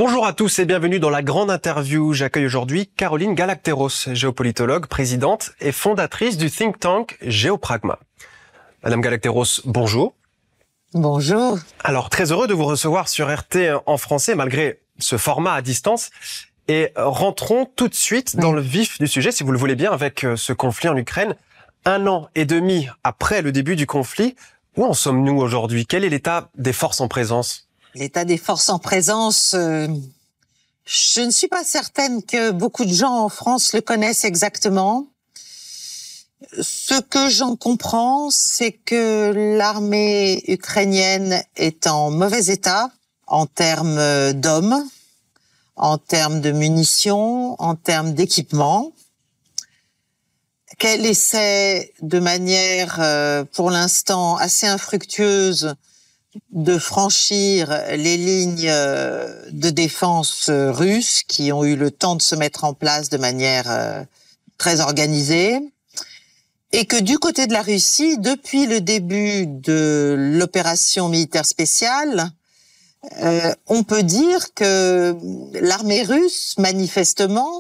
Bonjour à tous et bienvenue dans la grande interview. J'accueille aujourd'hui Caroline Galacteros, géopolitologue, présidente et fondatrice du think tank Géopragma. Madame Galacteros, bonjour. Bonjour. Alors, très heureux de vous recevoir sur RT en français, malgré ce format à distance. Et rentrons tout de suite dans le vif du sujet, si vous le voulez bien, avec ce conflit en Ukraine. 1 an et demi après le début du conflit, où en sommes-nous aujourd'hui? Quel est l'état des forces en présence? L'état des forces en présence, je ne suis pas certaine que beaucoup de gens en France le connaissent exactement. Ce que j'en comprends, c'est que l'armée ukrainienne est en mauvais état en termes d'hommes, en termes de munitions, en termes d'équipement, qu'elle essaie de manière, pour l'instant, assez infructueuse de franchir les lignes de défense russes qui ont eu le temps de se mettre en place de manière très organisée, et que du côté de la Russie, depuis le début de l'opération militaire spéciale, on peut dire que l'armée russe, manifestement,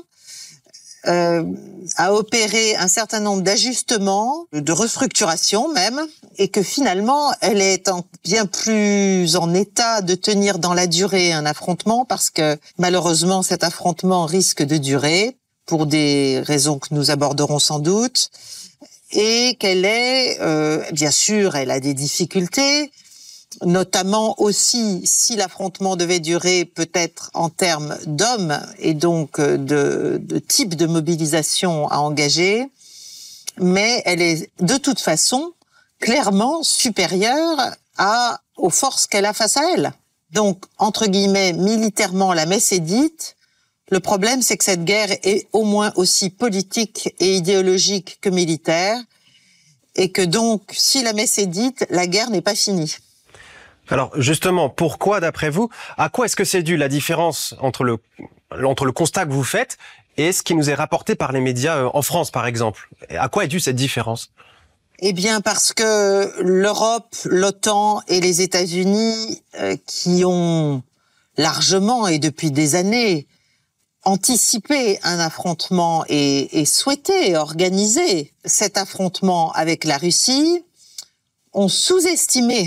a opéré un certain nombre d'ajustements, de restructuration même, et que finalement, elle est bien plus en état de tenir dans la durée un affrontement, parce que malheureusement, cet affrontement risque de durer, pour des raisons que nous aborderons sans doute, et qu'elle est, bien sûr, elle a des difficultés, notamment aussi, si l'affrontement devait durer, peut-être en termes d'hommes et donc de type de mobilisation à engager, mais elle est de toute façon clairement supérieure aux forces qu'elle a face à elle. Donc, entre guillemets, militairement, la messe est dite. Le problème, c'est que cette guerre est au moins aussi politique et idéologique que militaire, et que donc, si la messe est dite, la guerre n'est pas finie. Alors justement, pourquoi d'après vous, à quoi est-ce que c'est dû la différence entre le constat que vous faites et ce qui nous est rapporté par les médias en France par exemple? À quoi est due cette différence? Eh bien parce que l'Europe, l'OTAN et les États-Unis qui ont largement et depuis des années anticipé un affrontement et souhaité organiser cet affrontement avec la Russie, ont sous-estimé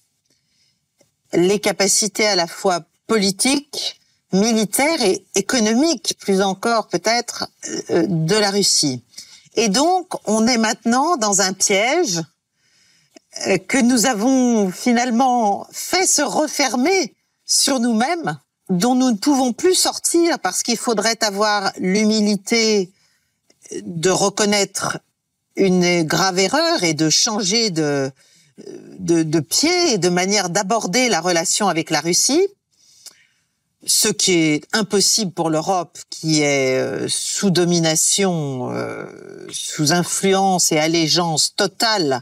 les capacités à la fois politiques, militaires et économiques, plus encore peut-être, de la Russie. Et donc, on est maintenant dans un piège que nous avons finalement fait se refermer sur nous-mêmes, dont nous ne pouvons plus sortir parce qu'il faudrait avoir l'humilité de reconnaître une grave erreur et de changer de pied et de manière d'aborder la relation avec la Russie, ce qui est impossible pour l'Europe qui est sous domination, sous influence et allégeance totale,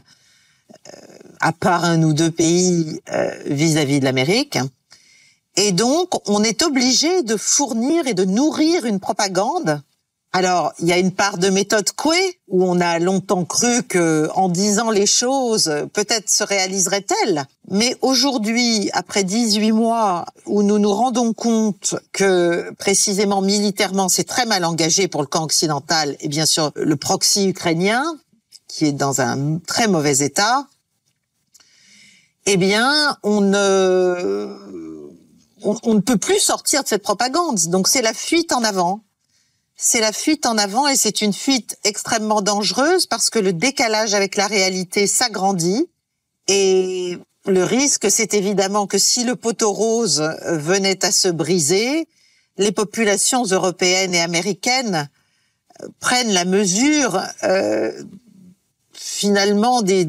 à part 1 ou 2 pays vis-à-vis de l'Amérique. Et donc, on est obligé de fournir et de nourrir une propagande. Alors, il y a une part de méthode Coué, où on a longtemps cru que, en disant les choses, peut-être se réaliseraient-elles. Mais aujourd'hui, après 18 mois, où nous nous rendons compte que, précisément militairement, c'est très mal engagé pour le camp occidental, et bien sûr, le proxy ukrainien, qui est dans un très mauvais état, eh bien, on ne peut plus sortir de cette propagande. Donc, c'est la fuite en avant. C'est la fuite en avant et c'est une fuite extrêmement dangereuse parce que le décalage avec la réalité s'agrandit et le risque, c'est évidemment que si le poteau rose venait à se briser, les populations européennes et américaines prennent la mesure finalement des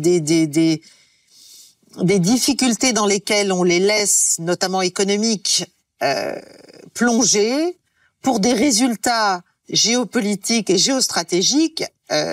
difficultés dans lesquelles on les laisse, notamment économiques, plonger pour des résultats géopolitiques et géostratégiques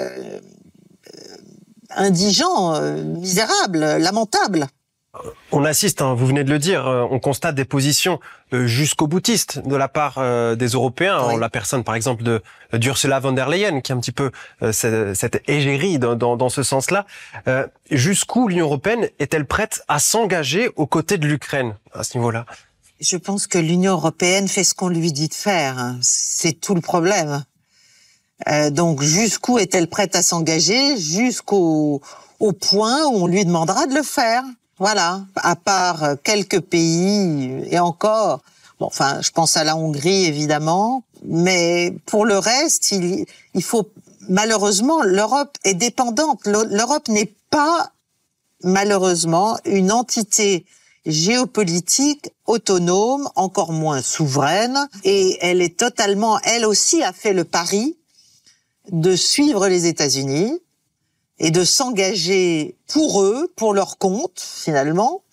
indigents, misérables, lamentables. On assiste, vous venez de le dire, on constate des positions jusqu'au boutiste de la part des Européens, en la personne par exemple d'Ursula von der Leyen, qui est un petit peu cette égérie dans ce sens-là. Jusqu'où l'Union européenne est-elle prête à s'engager aux côtés de l'Ukraine à ce niveau-là? Je pense que l'Union européenne fait ce qu'on lui dit de faire, hein. C'est tout le problème. Donc jusqu'où est-elle prête à s'engager? Jusqu'au point où on lui demandera de le faire. Voilà. À part quelques pays, et encore, bon, enfin, je pense à la Hongrie évidemment, mais pour le reste, il faut, malheureusement, l'Europe est dépendante. L'Europe n'est pas, malheureusement, une entité géopolitique autonome, encore moins souveraine, et elle est totalement, elle aussi a fait le pari de suivre les États-Unis et de s'engager pour eux, pour leur compte, finalement,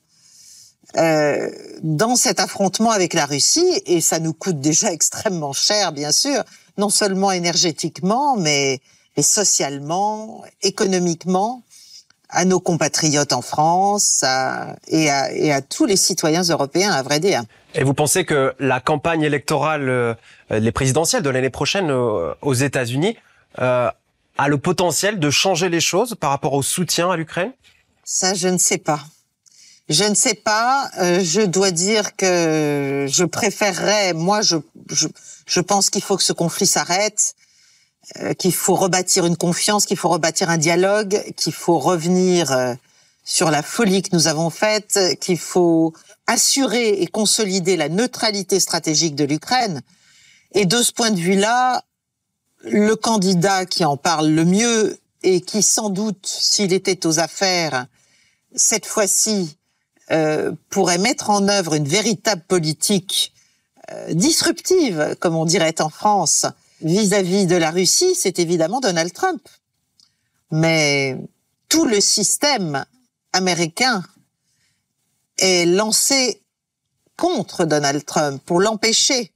dans cet affrontement avec la Russie. Et ça nous coûte déjà extrêmement cher, bien sûr, non seulement énergétiquement, mais socialement, économiquement, à nos compatriotes en France et à tous les citoyens européens, à vrai dire. Et vous pensez que la campagne électorale, les présidentielles de l'année prochaine aux États-Unis, a le potentiel de changer les choses par rapport au soutien à l'Ukraine? Ça, je ne sais pas. Je ne sais pas. Je dois dire que je préférerais, moi, je pense qu'il faut que ce conflit s'arrête, qu'il faut rebâtir une confiance, qu'il faut rebâtir un dialogue, qu'il faut revenir sur la folie que nous avons faite, qu'il faut assurer et consolider la neutralité stratégique de l'Ukraine. Et de ce point de vue-là, le candidat qui en parle le mieux et qui, sans doute, s'il était aux affaires, cette fois-ci, pourrait mettre en œuvre une véritable politique disruptive, comme on dirait en France, vis-à-vis de la Russie, c'est évidemment Donald Trump. Mais tout le système américain est lancé contre Donald Trump pour l'empêcher,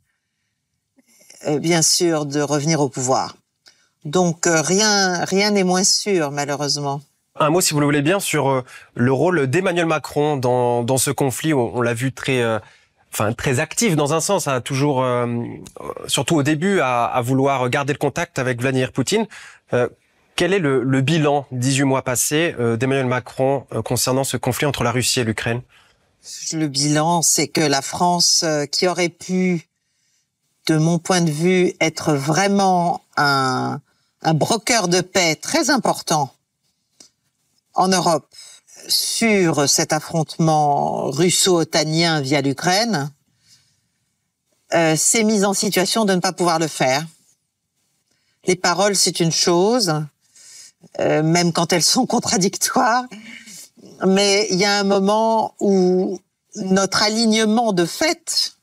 bien sûr, de revenir au pouvoir. Donc rien n'est moins sûr, malheureusement. Un mot, si vous le voulez bien, sur le rôle d'Emmanuel Macron dans ce conflit. On l'a vu très actif dans un sens, hein, toujours, surtout au début, à vouloir garder le contact avec Vladimir Poutine. Quel est le bilan, 18 mois passés, d'Emmanuel Macron concernant ce conflit entre la Russie et l'Ukraine? Le bilan, c'est que la France, qui aurait pu, de mon point de vue, être vraiment un broker de paix très important en Europe sur cet affrontement russo-otanien via l'Ukraine, s'est mise en situation de ne pas pouvoir le faire. Les paroles, c'est une chose, même quand elles sont contradictoires, mais il y a un moment où notre alignement de fait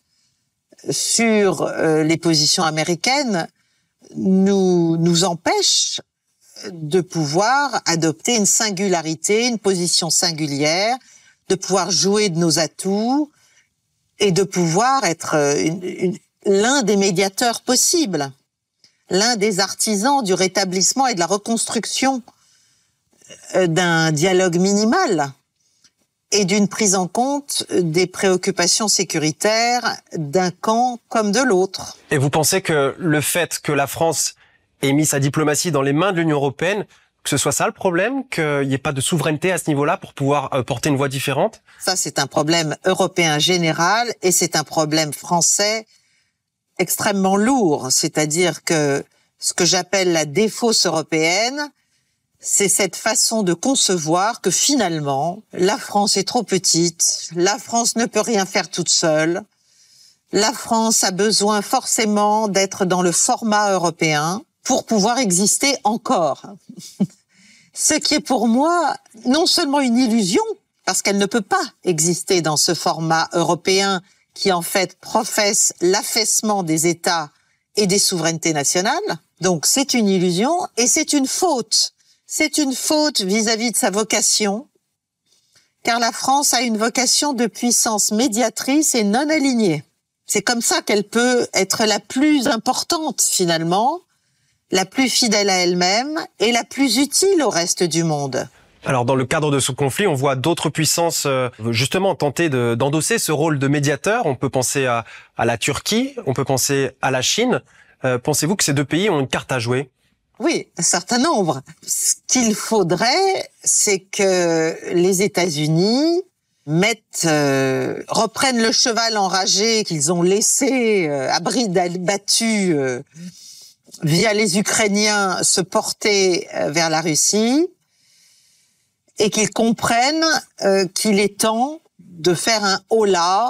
sur les positions américaines nous empêche de pouvoir adopter une singularité, une position singulière, de pouvoir jouer de nos atouts et de pouvoir être l'un des médiateurs possibles, l'un des artisans du rétablissement et de la reconstruction d'un dialogue minimal et d'une prise en compte des préoccupations sécuritaires d'un camp comme de l'autre. Et vous pensez que le fait que la France ait mis sa diplomatie dans les mains de l'Union européenne, que ce soit ça le problème, qu'il n'y ait pas de souveraineté à ce niveau-là pour pouvoir porter une voix différente? Ça, c'est un problème européen général et c'est un problème français extrêmement lourd. C'est-à-dire que ce que j'appelle la défausse européenne, c'est cette façon de concevoir que finalement, la France est trop petite, la France ne peut rien faire toute seule, la France a besoin forcément d'être dans le format européen pour pouvoir exister encore. Ce qui est pour moi non seulement une illusion, parce qu'elle ne peut pas exister dans ce format européen qui en fait professe l'affaissement des États et des souverainetés nationales. Donc c'est une illusion et c'est une faute. C'est une faute vis-à-vis de sa vocation, car la France a une vocation de puissance médiatrice et non alignée. C'est comme ça qu'elle peut être la plus importante finalement, la plus fidèle à elle-même et la plus utile au reste du monde. Alors, dans le cadre de ce conflit, on voit d'autres puissances justement tenter d'endosser ce rôle de médiateur. On peut penser à la Turquie, on peut penser à la Chine. Pensez-vous que ces deux pays ont une carte à jouer? Oui, un certain nombre. Ce qu'il faudrait, c'est que les États-Unis reprennent le cheval enragé qu'ils ont laissé à bride abattue via les Ukrainiens se porter vers la Russie, et qu'ils comprennent qu'il est temps de faire un holà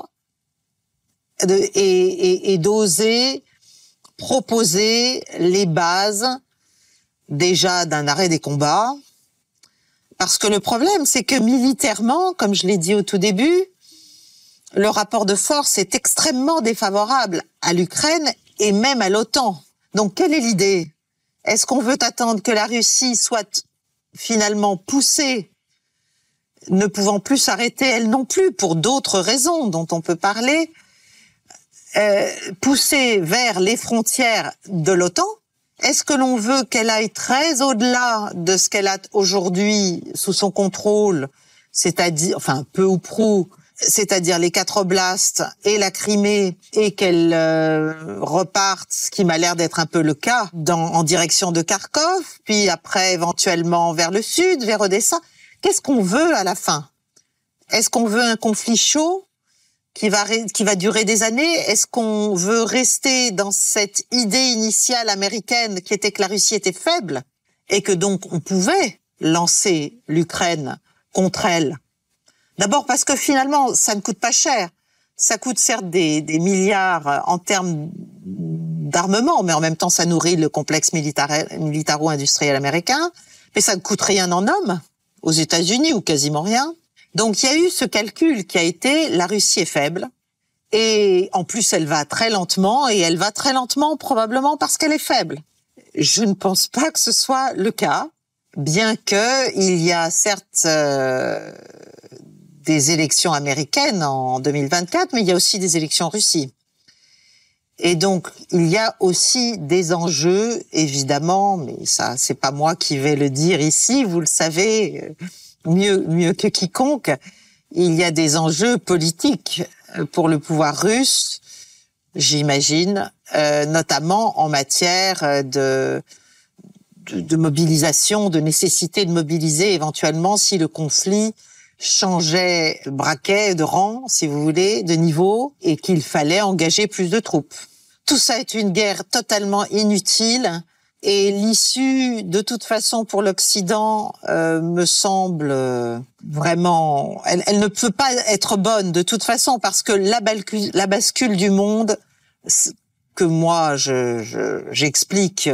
et d'oser proposer les bases déjà d'un arrêt des combats. Parce que le problème, c'est que militairement, comme je l'ai dit au tout début, le rapport de force est extrêmement défavorable à l'Ukraine et même à l'OTAN. Donc, quelle est l'idée? Est-ce qu'on veut attendre que la Russie soit finalement poussée, ne pouvant plus s'arrêter elle non plus, pour d'autres raisons dont on peut parler, poussée vers les frontières de l'OTAN? Est-ce que l'on veut qu'elle aille très au-delà de ce qu'elle a aujourd'hui sous son contrôle, c'est-à-dire, enfin, peu ou prou, c'est-à-dire les 4 oblasts et la Crimée, et qu'elle reparte, ce qui m'a l'air d'être un peu le cas, en direction de Kharkov, puis après éventuellement vers le sud, vers Odessa? Qu'est-ce qu'on veut à la fin? Est-ce qu'on veut un conflit chaud qui va durer des années? Est-ce qu'on veut rester dans cette idée initiale américaine qui était que la Russie était faible et que donc on pouvait lancer l'Ukraine contre elle? D'abord parce que finalement, ça ne coûte pas cher. Ça coûte certes des milliards en termes d'armement, mais en même temps, ça nourrit le complexe militaro-industriel américain. Mais ça ne coûte rien en hommes aux États-Unis, ou quasiment rien. Donc il y a eu ce calcul qui a été: la Russie est faible, et en plus elle va très lentement, et elle va très lentement probablement parce qu'elle est faible. Je ne pense pas que ce soit le cas, bien que il y a certes des élections américaines en 2024, mais il y a aussi des élections en Russie. Et donc, il y a aussi des enjeux, évidemment, mais ça, c'est pas moi qui vais le dire ici, vous le savez mieux que quiconque. Il y a des enjeux politiques pour le pouvoir russe, j'imagine, notamment en matière de mobilisation, de nécessité de mobiliser éventuellement si le conflit changeait de braquet, de rang, si vous voulez, de niveau, et qu'il fallait engager plus de troupes. Tout ça est une guerre totalement inutile, et l'issue, de toute façon, pour l'Occident, me semble vraiment... Elle ne peut pas être bonne, de toute façon, parce que la bascule du monde, que moi, j'explique...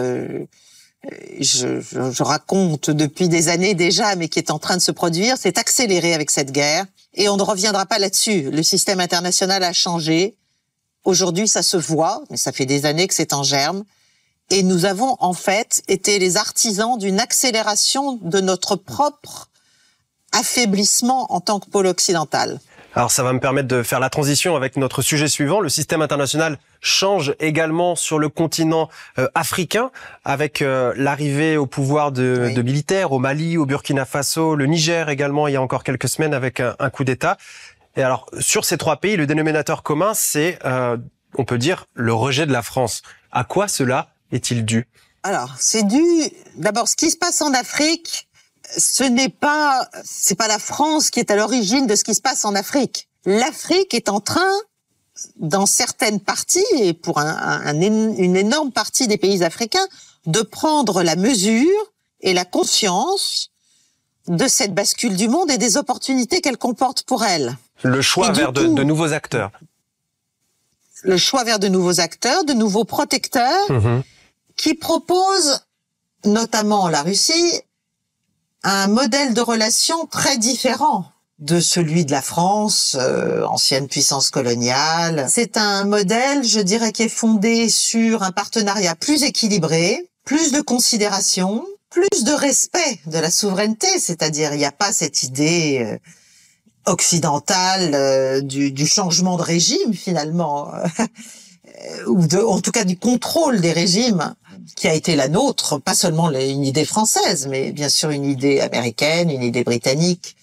Je raconte depuis des années déjà, mais qui est en train de se produire, c'est accéléré avec cette guerre. Et on ne reviendra pas là-dessus. Le système international a changé. Aujourd'hui, ça se voit, mais ça fait des années que c'est en germe. Et nous avons en fait été les artisans d'une accélération de notre propre affaiblissement en tant que pôle occidental. Alors ça va me permettre de faire la transition avec notre sujet suivant. Le système international change également sur le continent africain, avec l'arrivée au pouvoir de militaires au Mali, au Burkina Faso, le Niger également il y a encore quelques semaines avec un coup d'État. Et alors sur ces 3 pays, le dénominateur commun, c'est, on peut dire, le rejet de la France. À quoi cela est-il dû? Alors c'est dû, d'abord, ce qui se passe en Afrique, c'est pas la France qui est à l'origine de ce qui se passe en Afrique. L'Afrique est en train, dans certaines parties, et pour une énorme partie des pays africains, de prendre la mesure et la conscience de cette bascule du monde et des opportunités qu'elle comporte pour elle. Le choix vers de nouveaux acteurs. Le choix vers de nouveaux acteurs, de nouveaux protecteurs, qui proposent, notamment la Russie, un modèle de relation très différent de celui de la France, ancienne puissance coloniale. C'est un modèle, je dirais, qui est fondé sur un partenariat plus équilibré, plus de considération, plus de respect de la souveraineté, c'est-à-dire il n'y a pas cette idée occidentale du changement de régime finalement, ou en tout cas du contrôle des régimes, qui a été la nôtre, pas seulement une idée française, mais bien sûr une idée américaine, une idée britannique,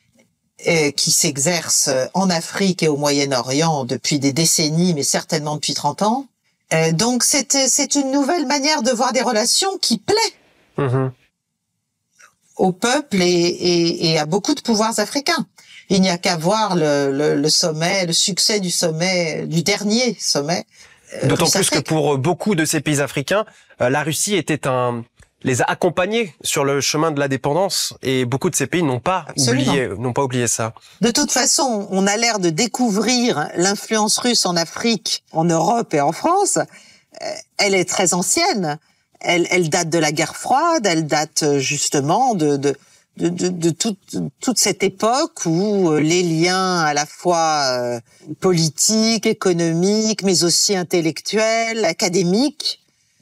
qui s'exerce en Afrique et au Moyen-Orient depuis des décennies, mais certainement depuis 30 ans. Donc c'est une nouvelle manière de voir des relations qui plaît au peuple et à beaucoup de pouvoirs africains. Il n'y a qu'à voir le sommet, le succès du sommet, du dernier sommet. D'autant plus que pour beaucoup de ces pays africains, la Russie les a accompagnés sur le chemin de la dépendance, et beaucoup de ces pays n'ont pas oublié ça. De toute façon, on a l'air de découvrir l'influence russe en Afrique, en Europe et en France. Elle est très ancienne. Elle date de la guerre froide. Elle date justement de toute cette époque où les liens à la fois politiques, économiques, mais aussi intellectuels, académiques,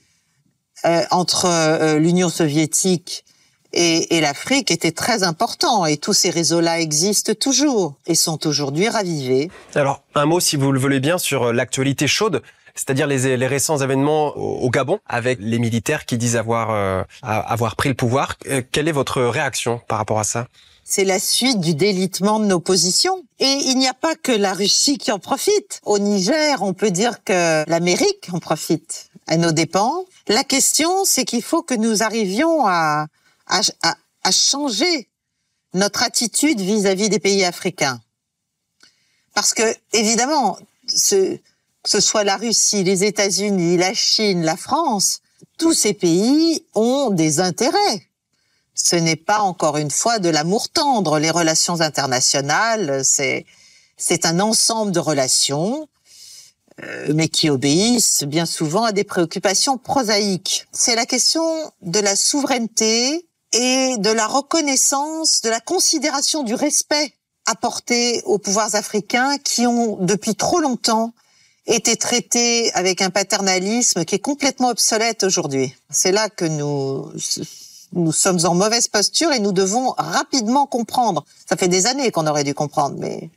entre l'Union soviétique et l'Afrique étaient très importants. Et tous ces réseaux-là existent toujours et sont aujourd'hui ravivés. Alors, un mot, si vous le voulez bien, sur l'actualité chaude, c'est-à-dire les récents événements au Gabon, avec les militaires qui disent avoir pris le pouvoir. Quelle est votre réaction par rapport à ça ? C'est la suite du délitement de nos positions. Et il n'y a pas que la Russie qui en profite. Au Niger, on peut dire que l'Amérique en profite à nos dépens. La question, c'est qu'il faut que nous arrivions à changer notre attitude vis-à-vis des pays africains. Parce que, évidemment, que ce soit la Russie, les États-Unis, la Chine, la France, tous ces pays ont des intérêts. Ce n'est pas, encore une fois, de l'amour tendre. Les relations internationales, c'est un ensemble de relations, mais qui obéissent bien souvent à des préoccupations prosaïques. C'est la question de la souveraineté et de la reconnaissance, de la considération du respect apporté aux pouvoirs africains qui ont, depuis trop longtemps, été traités avec un paternalisme qui est complètement obsolète aujourd'hui. C'est là que nous sommes en mauvaise posture et nous devons rapidement comprendre. Ça fait des années qu'on aurait dû comprendre, mais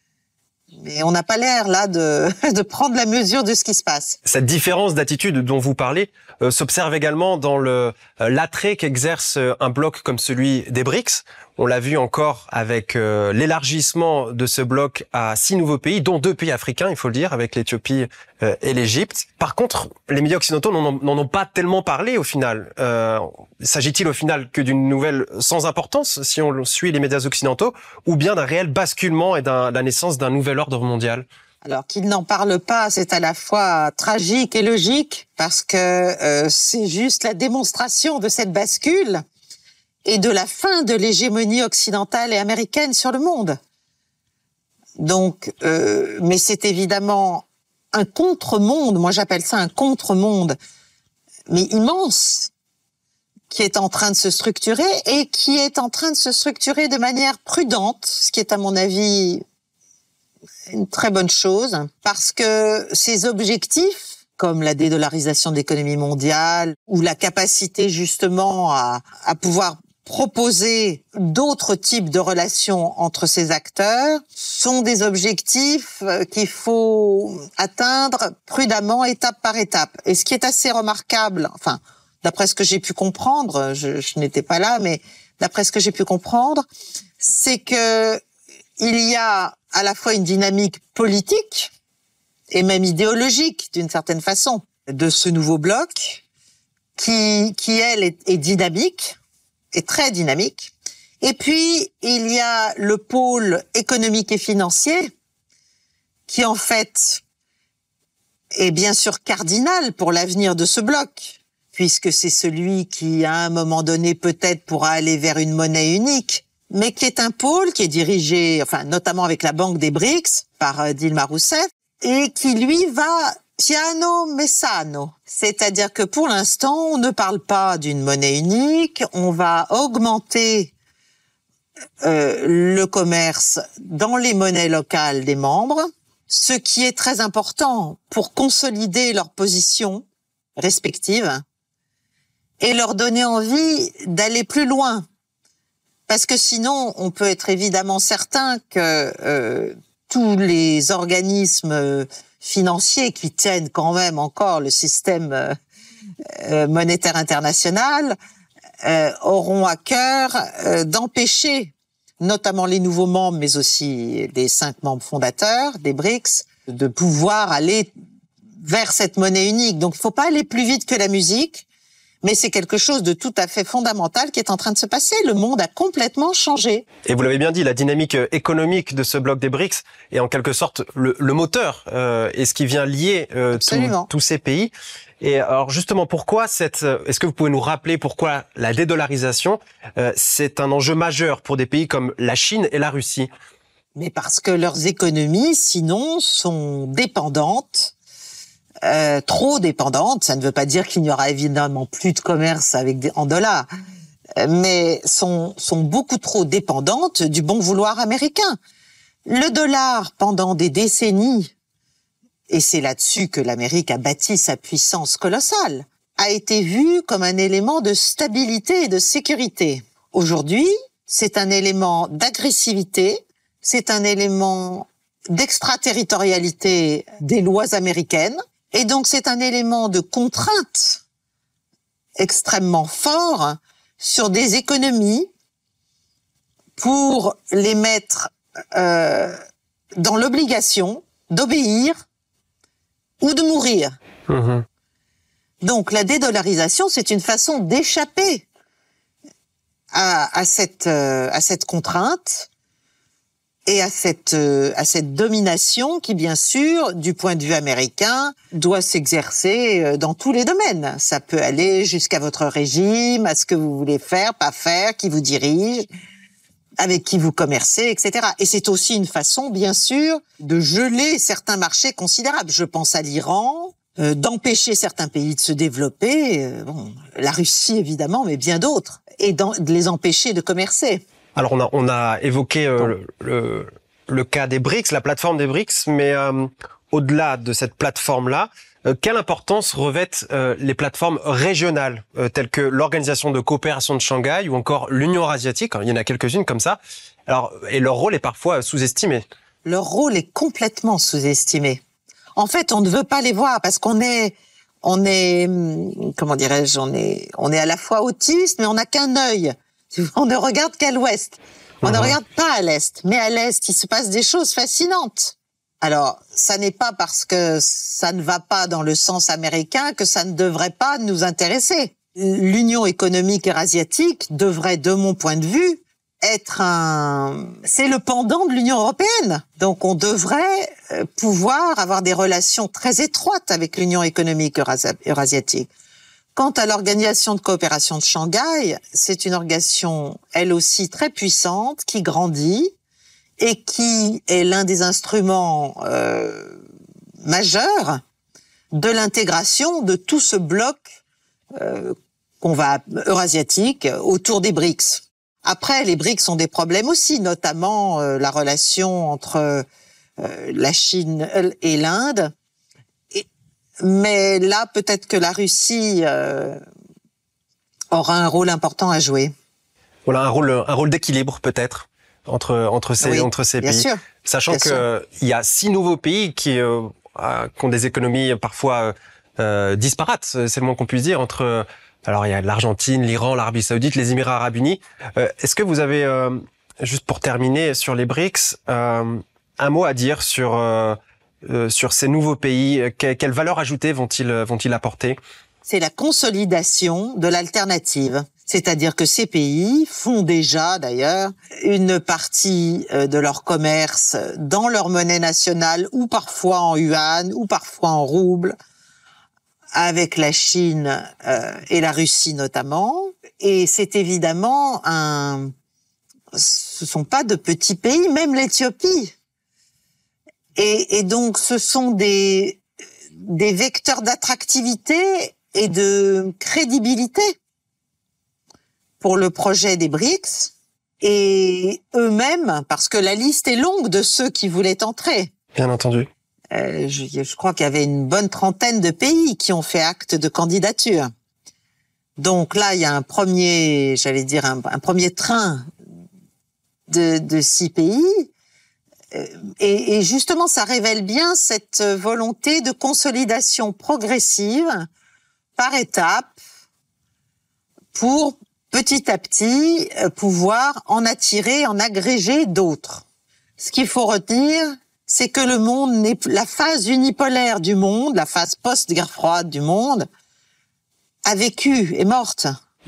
on n'a pas l'air là de prendre la mesure de ce qui se passe. Cette différence d'attitude dont vous parlez s'observe également dans l'attrait qu'exerce un bloc comme celui des BRICS. On l'a vu encore avec l'élargissement de ce bloc à 6 nouveaux pays, dont 2 pays africains, il faut le dire, avec l'Éthiopie et l'Égypte. Par contre, les médias occidentaux n'en ont pas tellement parlé au final. S'agit-il au final que d'une nouvelle sans importance, si on suit les médias occidentaux, ou bien d'un réel basculement et la naissance d'un nouvel ordre mondial ? Alors qu'ils n'en parlent pas, c'est à la fois tragique et logique, parce que c'est juste la démonstration de cette bascule et de la fin de l'hégémonie occidentale et américaine sur le monde. Donc, mais c'est évidemment un contre-monde, moi j'appelle ça un contre-monde, mais immense, qui est en train de se structurer et qui est en train de se structurer de manière prudente, ce qui est à mon avis une très bonne chose, parce que ces objectifs, comme la dédollarisation de l'économie mondiale ou la capacité justement à pouvoir proposer d'autres types de relations entre ces acteurs, sont des objectifs qu'il faut atteindre prudemment, étape par étape. Et ce qui est assez remarquable, enfin, d'après ce que j'ai pu comprendre, je n'étais pas là, mais d'après ce que j'ai pu comprendre, c'est que il y a à la fois une dynamique politique et même idéologique, d'une certaine façon, de ce nouveau bloc, qui elle, est dynamique, est très dynamique. Et puis, il y a le pôle économique et financier, qui en fait est bien sûr cardinal pour l'avenir de ce bloc, puisque c'est celui qui, à un moment donné, peut-être pourra aller vers une monnaie unique, mais qui est un pôle qui est dirigé, enfin, notamment avec la Banque des BRICS, par Dilma Rousseff, et qui, lui, va piano mais sano. C'est-à-dire que pour l'instant, on ne parle pas d'une monnaie unique, on va augmenter le commerce dans les monnaies locales des membres, ce qui est très important pour consolider leurs positions respectives et leur donner envie d'aller plus loin. Parce que sinon, on peut être évidemment certain que tous les organismes financiers qui tiennent quand même encore le système monétaire international auront à cœur d'empêcher, notamment les nouveaux membres, mais aussi les 5 membres fondateurs des BRICS, de pouvoir aller vers cette monnaie unique. Donc, il ne faut pas aller plus vite que la musique, Mais c'est quelque chose de tout à fait fondamental qui est en train de se passer. Le monde a complètement changé. Et vous l'avez bien dit, la dynamique économique de ce bloc des BRICS est en quelque sorte le moteur et ce qui vient lier tous ces pays. Et alors justement, pourquoi est-ce que vous pouvez nous rappeler pourquoi la dédollarisation, c'est un enjeu majeur pour des pays comme la Chine et la Russie? Mais parce que leurs économies, sinon, sont dépendantes, trop dépendantes. Ça ne veut pas dire qu'il n'y aura évidemment plus de commerce en dollars, mais sont beaucoup trop dépendantes du bon vouloir américain. Le dollar, pendant des décennies, et c'est là-dessus que l'Amérique a bâti sa puissance colossale, a été vu comme un élément de stabilité et de sécurité. Aujourd'hui, c'est un élément d'agressivité, c'est un élément d'extraterritorialité des lois américaines, et donc c'est un élément de contrainte extrêmement fort sur des économies pour les mettre dans l'obligation d'obéir ou de mourir. Mmh. Donc la dédollarisation, c'est une façon d'échapper à cette contrainte et à cette domination qui, bien sûr, du point de vue américain, doit s'exercer dans tous les domaines. Ça peut aller jusqu'à votre régime, à ce que vous voulez faire, pas faire, qui vous dirige, avec qui vous commercez, etc. Et c'est aussi une façon, bien sûr, de geler certains marchés considérables. Je pense à l'Iran, d'empêcher certains pays de se développer, la Russie évidemment, mais bien d'autres, et de les empêcher de commercer. Alors on a évoqué le cas des BRICS, la plateforme des BRICS, mais au-delà de cette plateforme-là, quelle importance revêtent les plateformes régionales telles que l'Organisation de coopération de Shanghai ou encore l'Union eurasiatique? Il y en a quelques-unes comme ça. Alors, et leur rôle est parfois sous-estimé. Leur rôle est complètement sous-estimé. En fait, on ne veut pas les voir parce qu'on est comment dirais-je, on est à la fois autiste, mais on n'a qu'un œil. On ne regarde qu'à l'ouest. On ne regarde pas à l'est. Mais à l'est, il se passe des choses fascinantes. Alors, ça n'est pas parce que ça ne va pas dans le sens américain que ça ne devrait pas nous intéresser. L'Union économique eurasiatique devrait, de mon point de vue, c'est le pendant de l'Union européenne. Donc, on devrait pouvoir avoir des relations très étroites avec l'Union économique eurasiatique. Quant à l'Organisation de coopération de Shanghai, c'est une organisation, elle aussi, très puissante, qui grandit et qui est l'un des instruments majeurs de l'intégration de tout ce bloc eurasiatique autour des BRICS. Après, les BRICS ont des problèmes aussi, notamment la relation entre la Chine et l'Inde. Mais là, peut-être que la Russie aura un rôle important à jouer. Voilà, un rôle d'équilibre peut-être entre ces pays. Sûr, sachant que il y a 6 nouveaux pays qui ont des économies parfois disparates, c'est le moins qu'on puisse dire, alors il y a l'Argentine, l'Iran, l'Arabie Saoudite, les Émirats Arabes Unis. Est-ce que vous avez juste pour terminer sur les BRICS un mot à dire sur ces nouveaux pays? Quelle valeur ajoutée vont-ils apporter? C'est la consolidation de l'alternative. C'est-à-dire que ces pays font déjà, d'ailleurs, une partie de leur commerce dans leur monnaie nationale, ou parfois en yuan, ou parfois en rouble, avec la Chine et la Russie notamment. Et c'est évidemment ce sont pas de petits pays, même l'Éthiopie. Et donc, ce sont des vecteurs d'attractivité et de crédibilité pour le projet des BRICS, et eux-mêmes, parce que la liste est longue de ceux qui voulaient entrer. Bien entendu. Je crois qu'il y avait une bonne trentaine de pays qui ont fait acte de candidature. Donc là, il y a un premier train de 6 pays. Et justement, ça révèle bien cette volonté de consolidation progressive, par étapes, pour petit à petit pouvoir en attirer, en agréger d'autres. Ce qu'il faut retenir, c'est que le monde la phase unipolaire du monde, la phase post-guerre froide du monde, a vécu, est morte.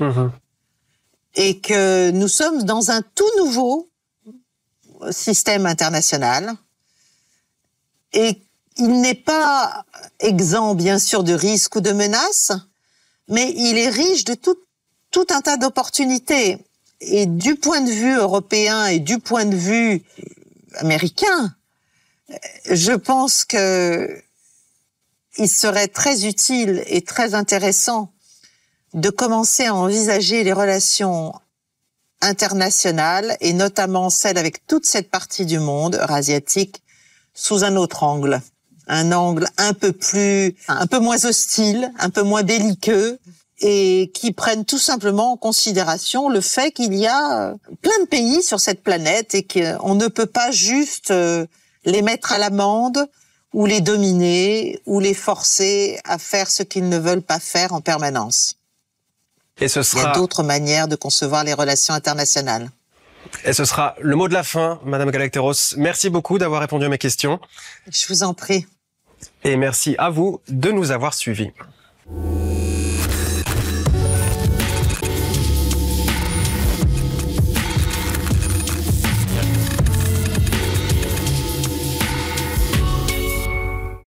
Et que nous sommes dans un tout nouveau système international. Et il n'est pas exempt, bien sûr, de risques ou de menaces, mais il est riche de tout un tas d'opportunités. Et du point de vue européen et du point de vue américain, je pense que il serait très utile et très intéressant de commencer à envisager les relations internationales, et notamment celles avec toute cette partie du monde eurasiatique, sous un autre angle. Un angle un peu moins hostile, un peu moins belliqueux, et qui prenne tout simplement en considération le fait qu'il y a plein de pays sur cette planète et qu'on ne peut pas juste les mettre à l'amende ou les dominer ou les forcer à faire ce qu'ils ne veulent pas faire en permanence. Et ce sera... Il y a d'autres manières de concevoir les relations internationales. Et ce sera le mot de la fin, Madame Galacteros. Merci beaucoup d'avoir répondu à mes questions. Je vous en prie. Et merci à vous de nous avoir suivis.